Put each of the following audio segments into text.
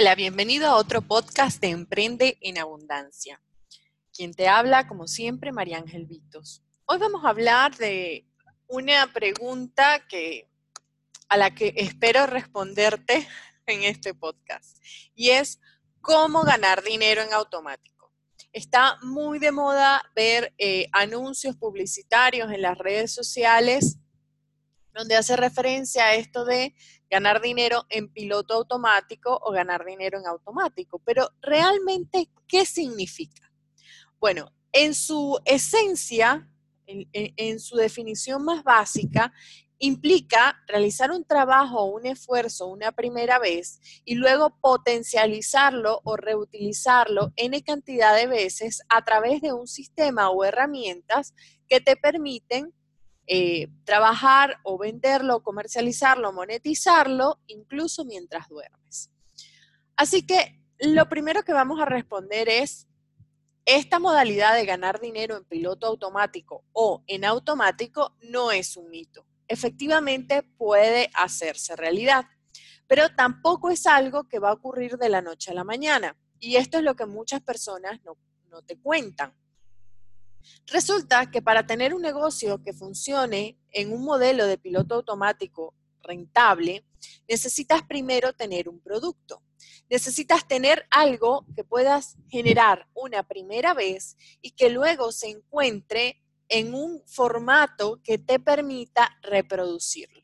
Hola, bienvenido a otro podcast de Emprende en Abundancia. Quien te habla, como siempre, María Ángel Vitos. Hoy vamos a hablar de una pregunta a la que espero responderte en este podcast, y es ¿cómo ganar dinero en automático? Está muy de moda ver anuncios publicitarios en las redes sociales donde hace referencia a esto de ganar dinero en piloto automático o ganar dinero en automático. Pero realmente, ¿qué significa? Bueno, en su esencia, en su definición más básica, implica realizar un trabajo o un esfuerzo una primera vez y luego potencializarlo o reutilizarlo N cantidad de veces a través de un sistema o herramientas que te permiten trabajar o venderlo, comercializarlo, monetizarlo, incluso mientras duermes. Así que lo primero que vamos a responder es, esta modalidad de ganar dinero en piloto automático o en automático no es un mito. Efectivamente puede hacerse realidad, pero tampoco es algo que va a ocurrir de la noche a la mañana. Y esto es lo que muchas personas no te cuentan. Resulta que para tener un negocio que funcione en un modelo de piloto automático rentable, necesitas primero tener un producto. Necesitas tener algo que puedas generar una primera vez y que luego se encuentre en un formato que te permita reproducirlo.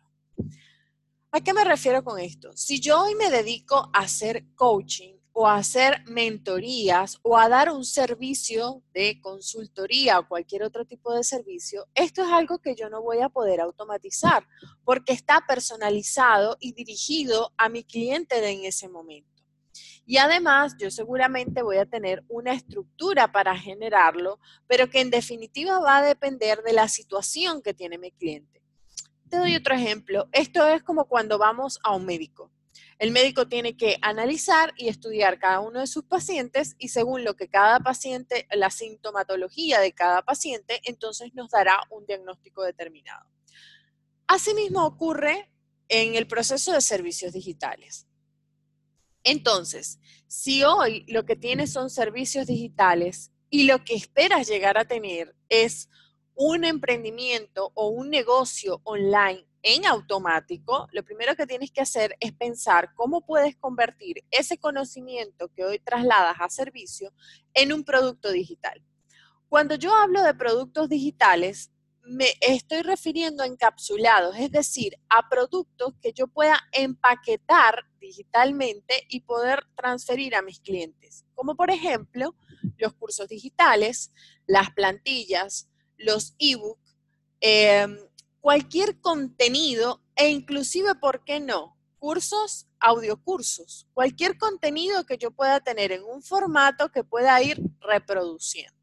¿A qué me refiero con esto? Si yo hoy me dedico a hacer coaching o a hacer mentorías o a dar un servicio de consultoría o cualquier otro tipo de servicio, esto es algo que yo no voy a poder automatizar porque está personalizado y dirigido a mi cliente en ese momento. Y además, yo seguramente voy a tener una estructura para generarlo, pero que en definitiva va a depender de la situación que tiene mi cliente. Te doy otro ejemplo. Esto es como cuando vamos a un médico. El médico tiene que analizar y estudiar cada uno de sus pacientes y según lo que cada paciente, la sintomatología de cada paciente, entonces nos dará un diagnóstico determinado. Asimismo ocurre en el proceso de servicios digitales. Entonces, si hoy lo que tienes son servicios digitales y lo que esperas llegar a tener es un emprendimiento o un negocio online en automático, lo primero que tienes que hacer es pensar cómo puedes convertir ese conocimiento que hoy trasladas a servicio en un producto digital. Cuando yo hablo de productos digitales, me estoy refiriendo a encapsulados, es decir, a productos que yo pueda empaquetar digitalmente y poder transferir a mis clientes, como por ejemplo los cursos digitales, las plantillas, los ebooks, cualquier contenido e inclusive, ¿por qué no? Cursos, audiocursos, cualquier contenido que yo pueda tener en un formato que pueda ir reproduciendo.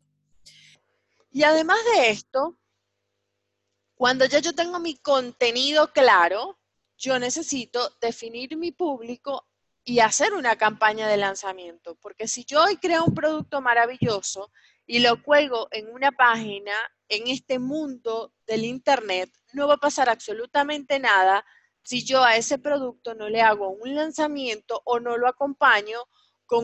Y además de esto, cuando ya yo tengo mi contenido claro, yo necesito definir mi público y hacer una campaña de lanzamiento. Porque si yo hoy creo un producto maravilloso y lo cuelgo en una página, en este mundo del Internet, no va a pasar absolutamente nada si yo a ese producto no le hago un lanzamiento o no lo acompaño con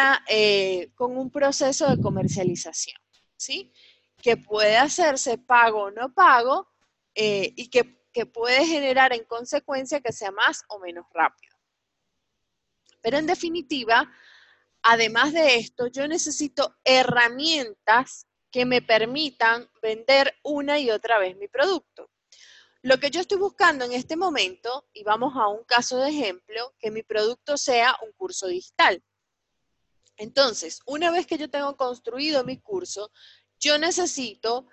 un proceso de comercialización, ¿sí? Que puede hacerse pago o no pago y que puede generar en consecuencia que sea más o menos rápido. Pero en definitiva, además de esto, yo necesito herramientas que me permitan vender una y otra vez mi producto. Lo que yo estoy buscando en este momento, y vamos a un caso de ejemplo, que mi producto sea un curso digital. Entonces, una vez que yo tengo construido mi curso, yo necesito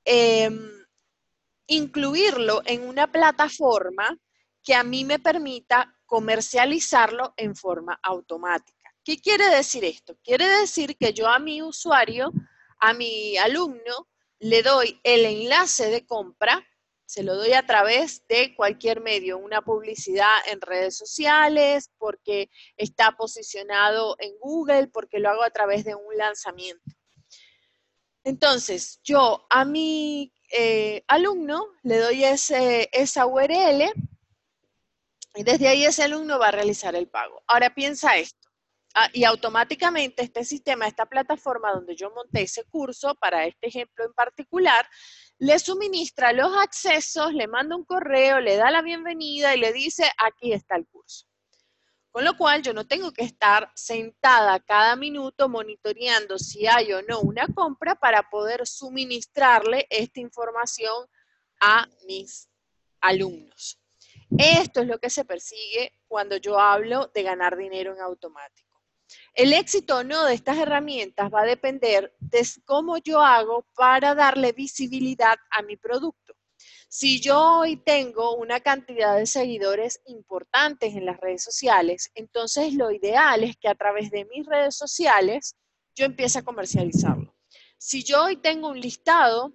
incluirlo en una plataforma que a mí me permita comercializarlo en forma automática. ¿Qué quiere decir esto? Quiere decir que yo a mi usuario, a mi alumno, le doy el enlace de compra, se lo doy a través de cualquier medio, una publicidad en redes sociales, porque está posicionado en Google, porque lo hago a través de un lanzamiento. Entonces, yo a mi alumno le doy esa URL y desde ahí ese alumno va a realizar el pago. Ahora piensa esto. Y automáticamente este sistema, esta plataforma donde yo monté ese curso, para este ejemplo en particular, le suministra los accesos, le manda un correo, le da la bienvenida y le dice, aquí está el curso. Con lo cual yo no tengo que estar sentada cada minuto monitoreando si hay o no una compra para poder suministrarle esta información a mis alumnos. Esto es lo que se persigue cuando yo hablo de ganar dinero en automático. El éxito o no de estas herramientas va a depender de cómo yo hago para darle visibilidad a mi producto. Si yo hoy tengo una cantidad de seguidores importantes en las redes sociales, entonces lo ideal es que a través de mis redes sociales yo empiece a comercializarlo. Si yo hoy tengo un listado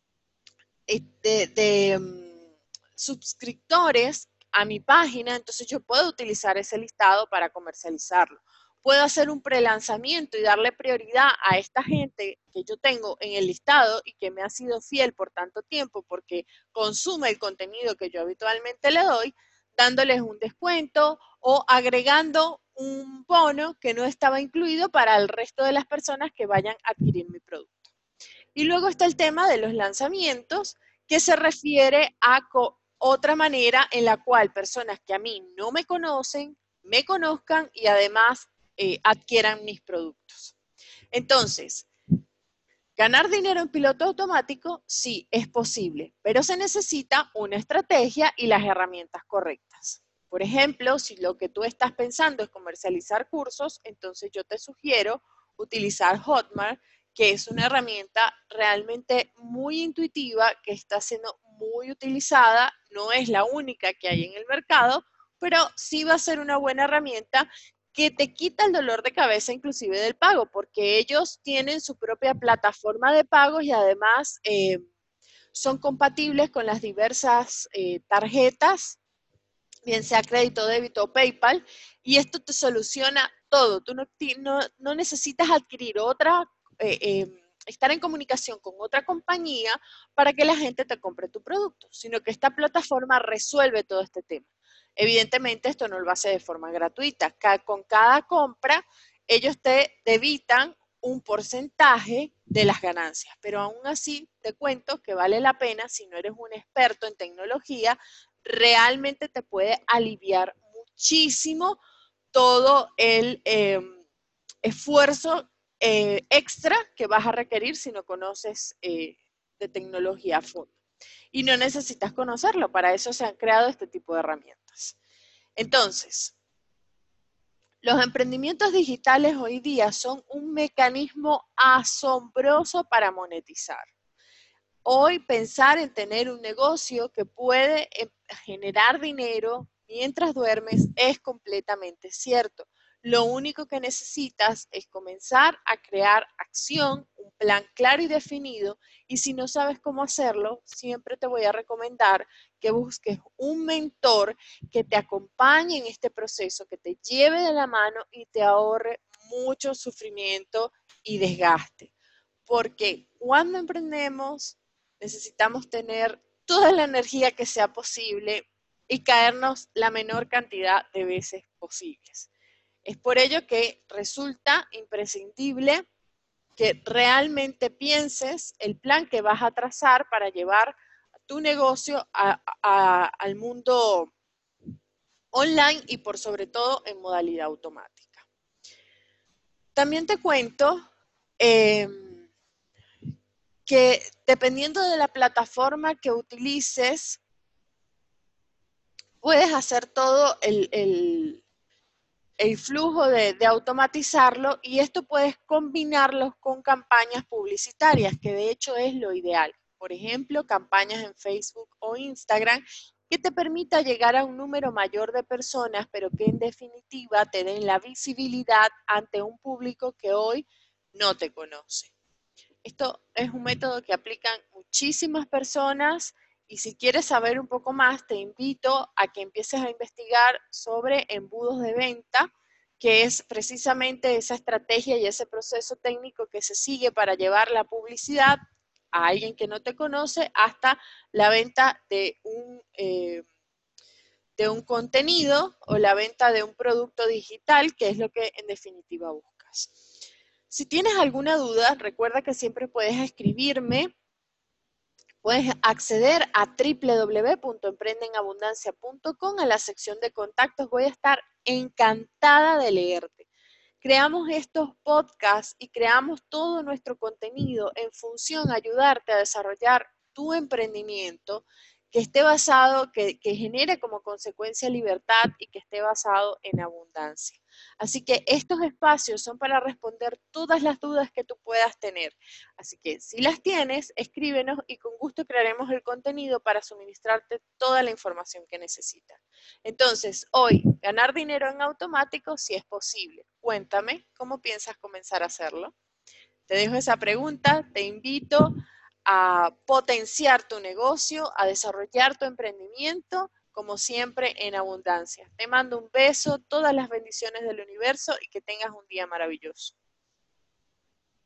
de suscriptores a mi página, entonces yo puedo utilizar ese listado para comercializarlo. Puedo hacer un prelanzamiento y darle prioridad a esta gente que yo tengo en el listado y que me ha sido fiel por tanto tiempo porque consume el contenido que yo habitualmente le doy, dándoles un descuento o agregando un bono que no estaba incluido para el resto de las personas que vayan a adquirir mi producto. Y luego está el tema de los lanzamientos, que se refiere a otra manera en la cual personas que a mí no me conocen, me conozcan y además adquieran mis productos. Entonces, ganar dinero en piloto automático sí es posible, pero se necesita una estrategia y las herramientas correctas. Por ejemplo, si lo que tú estás pensando es comercializar cursos, entonces yo te sugiero utilizar Hotmart, que es una herramienta realmente muy intuitiva, que está siendo muy utilizada, no es la única que hay en el mercado, pero sí va a ser una buena herramienta que te quita el dolor de cabeza inclusive del pago, porque ellos tienen su propia plataforma de pagos y además son compatibles con las diversas tarjetas, bien sea crédito, débito o PayPal, y esto te soluciona todo. Tú no necesitas adquirir otra, estar en comunicación con otra compañía para que la gente te compre tu producto, sino que esta plataforma resuelve todo este tema. Evidentemente esto no lo hace de forma gratuita. Con cada compra ellos te debitan un porcentaje de las ganancias, pero aún así te cuento que vale la pena si no eres un experto en tecnología, realmente te puede aliviar muchísimo todo el esfuerzo extra que vas a requerir si no conoces de tecnología a fondo. Y no necesitas conocerlo, para eso se han creado este tipo de herramientas. Entonces, los emprendimientos digitales hoy día son un mecanismo asombroso para monetizar. Hoy pensar en tener un negocio que puede generar dinero mientras duermes es completamente cierto. Lo único que necesitas es comenzar a crear acción, un plan claro y definido, y si no sabes cómo hacerlo, siempre te voy a recomendar que busques un mentor que te acompañe en este proceso, que te lleve de la mano y te ahorre mucho sufrimiento y desgaste. Porque cuando emprendemos necesitamos tener toda la energía que sea posible y caernos la menor cantidad de veces posibles. Es por ello que resulta imprescindible que realmente pienses el plan que vas a trazar para llevar tu negocio al mundo online y por sobre todo en modalidad automática. También te cuento que dependiendo de la plataforma que utilices, puedes hacer todo el flujo de automatizarlo y esto puedes combinarlos con campañas publicitarias, que de hecho es lo ideal. Por ejemplo, campañas en Facebook o Instagram que te permita llegar a un número mayor de personas, pero que en definitiva te den la visibilidad ante un público que hoy no te conoce. Esto es un método que aplican muchísimas personas y si quieres saber un poco más, te invito a que empieces a investigar sobre embudos de venta, que es precisamente esa estrategia y ese proceso técnico que se sigue para llevar la publicidad a alguien que no te conoce hasta la venta de un contenido o la venta de un producto digital, que es lo que en definitiva buscas. Si tienes alguna duda, recuerda que siempre puedes escribirme. Puedes acceder a www.emprendenabundancia.com a la sección de contactos. Voy a estar encantada de leerte. Creamos estos podcasts y creamos todo nuestro contenido en función a ayudarte a desarrollar tu emprendimiento que esté basado, que genere como consecuencia libertad y que esté basado en abundancia. Así que estos espacios son para responder todas las dudas que tú puedas tener. Así que si las tienes, escríbenos y con gusto crearemos el contenido para suministrarte toda la información que necesitas. Entonces, hoy, ganar dinero en automático, si es posible. Cuéntame cómo piensas comenzar a hacerlo. Te dejo esa pregunta, te invito a potenciar tu negocio, a desarrollar tu emprendimiento, como siempre, en abundancia. Te mando un beso, todas las bendiciones del universo y que tengas un día maravilloso.